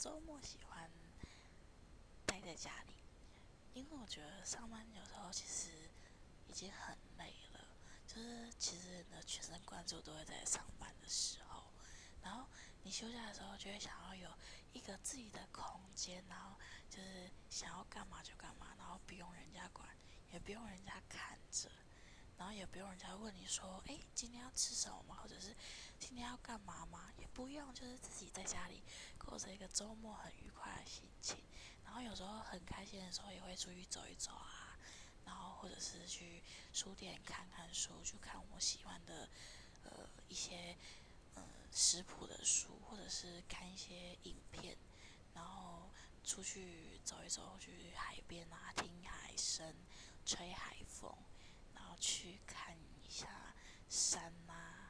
周末喜欢待在家里，因为我觉得上班有时候其实已经很累了，就是其实你的全神贯注都会在上班的时候，然后你休假的时候就会想要有一个自己的空间，然后就是想要干嘛就干嘛，然后不用人家管，也不用人家看着，然后也不用人家问你说，今天要吃什么吗？或者是今天要干嘛吗？也不用，就是自己在家里过着一个周末很愉快的心情。然后有时候很开心的时候，也会出去走一走啊，然后或者是去书店看看书，去看我喜欢的一些食谱的书，或者是看一些影片，然后出去走一走，去海边啊，听海声，吹海风，然后去看一下山啊，